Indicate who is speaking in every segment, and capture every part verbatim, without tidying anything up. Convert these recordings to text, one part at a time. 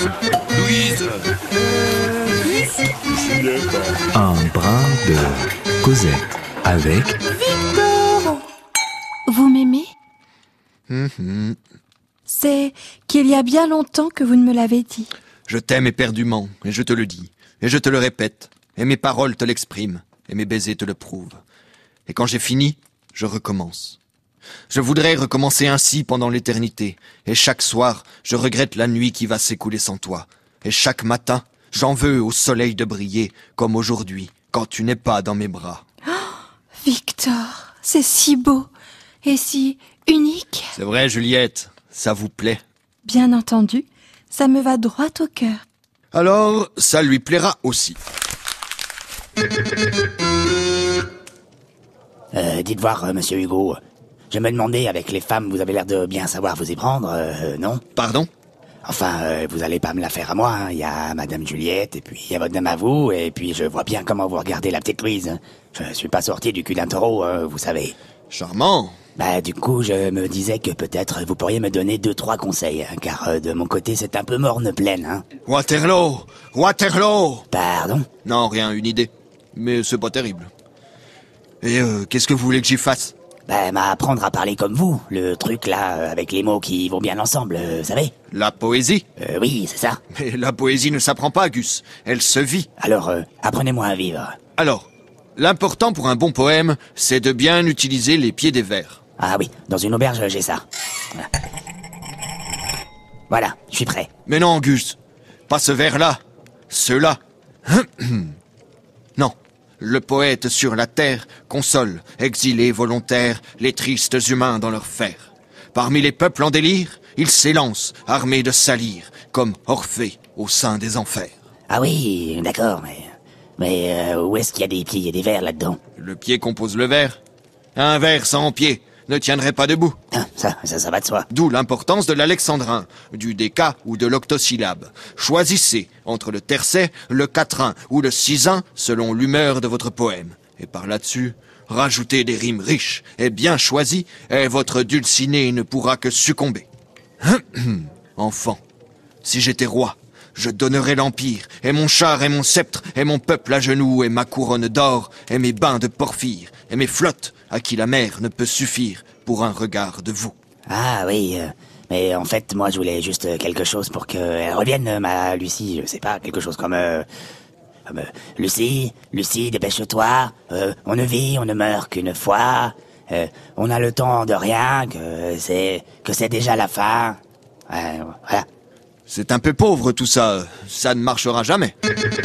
Speaker 1: Louise.
Speaker 2: Un brin de Cosette avec
Speaker 3: Victor. Vous m'aimez?
Speaker 1: Mmh.
Speaker 3: C'est qu'il y a bien longtemps que vous ne me l'avez dit.
Speaker 1: Je t'aime éperdument, et je te le dis, et je te le répète, et mes paroles te l'expriment, et mes baisers te le prouvent. Et quand j'ai fini, je recommence. Je voudrais recommencer ainsi pendant l'éternité, et chaque soir, je regrette la nuit qui va s'écouler sans toi. Et chaque matin, j'en veux au soleil de briller, comme aujourd'hui, quand tu n'es pas dans mes bras.
Speaker 3: Oh, Victor, c'est si beau, et si unique.
Speaker 1: C'est vrai, Juliette, ça vous plaît?
Speaker 3: Bien entendu, ça me va droit au cœur.
Speaker 1: Alors, ça lui plaira aussi.
Speaker 4: Euh, dites voir, euh, monsieur Hugo, je me demandais, avec les femmes, vous avez l'air de bien savoir vous y prendre, euh, non?
Speaker 1: Pardon?
Speaker 4: Enfin, euh, vous allez pas me la faire à moi, hein. Il y a madame Juliette, et puis il y a votre dame à vous, et puis je vois bien comment vous regardez la petite Louise. Je suis pas sorti du cul d'un taureau, hein, vous savez.
Speaker 1: Charmant.
Speaker 4: Bah, du coup, je me disais que peut-être vous pourriez me donner deux, trois conseils, hein, car euh, de mon côté, c'est un peu morne pleine, hein.
Speaker 1: Waterloo! Waterloo!
Speaker 4: Pardon?
Speaker 1: Non, rien, une idée. Mais c'est pas terrible. Et euh, qu'est-ce que vous voulez que j'y fasse?
Speaker 4: Bah, m'apprendre à parler comme vous, le truc là, euh, avec les mots qui vont bien ensemble, euh, vous savez?
Speaker 1: La poésie?
Speaker 4: Euh, oui, c'est ça.
Speaker 1: Mais la poésie ne s'apprend pas, Gus. Elle se vit.
Speaker 4: Alors, euh, apprenez-moi à vivre.
Speaker 1: Alors, l'important pour un bon poème, c'est de bien utiliser les pieds des vers.
Speaker 4: Ah oui, dans une auberge, j'ai ça. Voilà, je suis prêt.
Speaker 1: Mais non, Gus. Pas ce vers-là. Ceux-là. Non. Le poète sur la terre console, exilés volontaires, les tristes humains dans leur fer. Parmi les peuples en délire, il s'élance, armé de salir, comme Orphée au sein des enfers.
Speaker 4: Ah oui, d'accord, mais... Mais euh, où est-ce qu'il y a des pieds et des vers là-dedans?
Speaker 1: Le pied compose le vers. Un vers sans pied ne tiendrait pas debout.
Speaker 4: Ah, ça, ça, ça va de soi.
Speaker 1: D'où l'importance de l'alexandrin, du déca ou de l'octosyllabe. Choisissez entre le tercet, le quatrain ou le sisin selon l'humeur de votre poème. Et par là-dessus, rajoutez des rimes riches et bien choisies, et votre dulciné ne pourra que succomber. Enfant, si j'étais roi, je donnerais l'empire, et mon char et mon sceptre, et mon peuple à genoux, et ma couronne d'or, et mes bains de porphyre, et mes flottes, à qui la mer ne peut suffire pour un regard de vous.
Speaker 4: Ah oui, euh, mais en fait, moi, je voulais juste quelque chose pour qu'elle revienne, euh, ma Lucie, je sais pas, quelque chose comme... Euh, comme euh, Lucie, Lucie, dépêche-toi, euh, on ne vit, on ne meurt qu'une fois, euh, on a le temps de rien, que c'est que c'est déjà la fin, euh, voilà.
Speaker 1: C'est un peu pauvre tout ça, ça ne marchera jamais.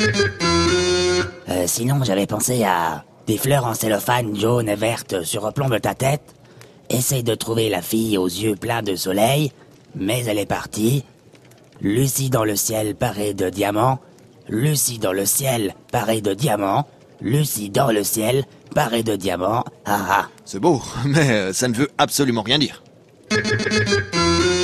Speaker 4: Euh, sinon, j'avais pensé à des fleurs en cellophane jaune et verte surplombent ta tête. Essaye de trouver la fille aux yeux pleins de soleil, mais elle est partie. Lucie dans le ciel parée de diamants. Lucie dans le ciel parée de diamants. Lucie dans le ciel parée de diamants. Ah ah.
Speaker 1: C'est beau, mais ça ne veut absolument rien dire.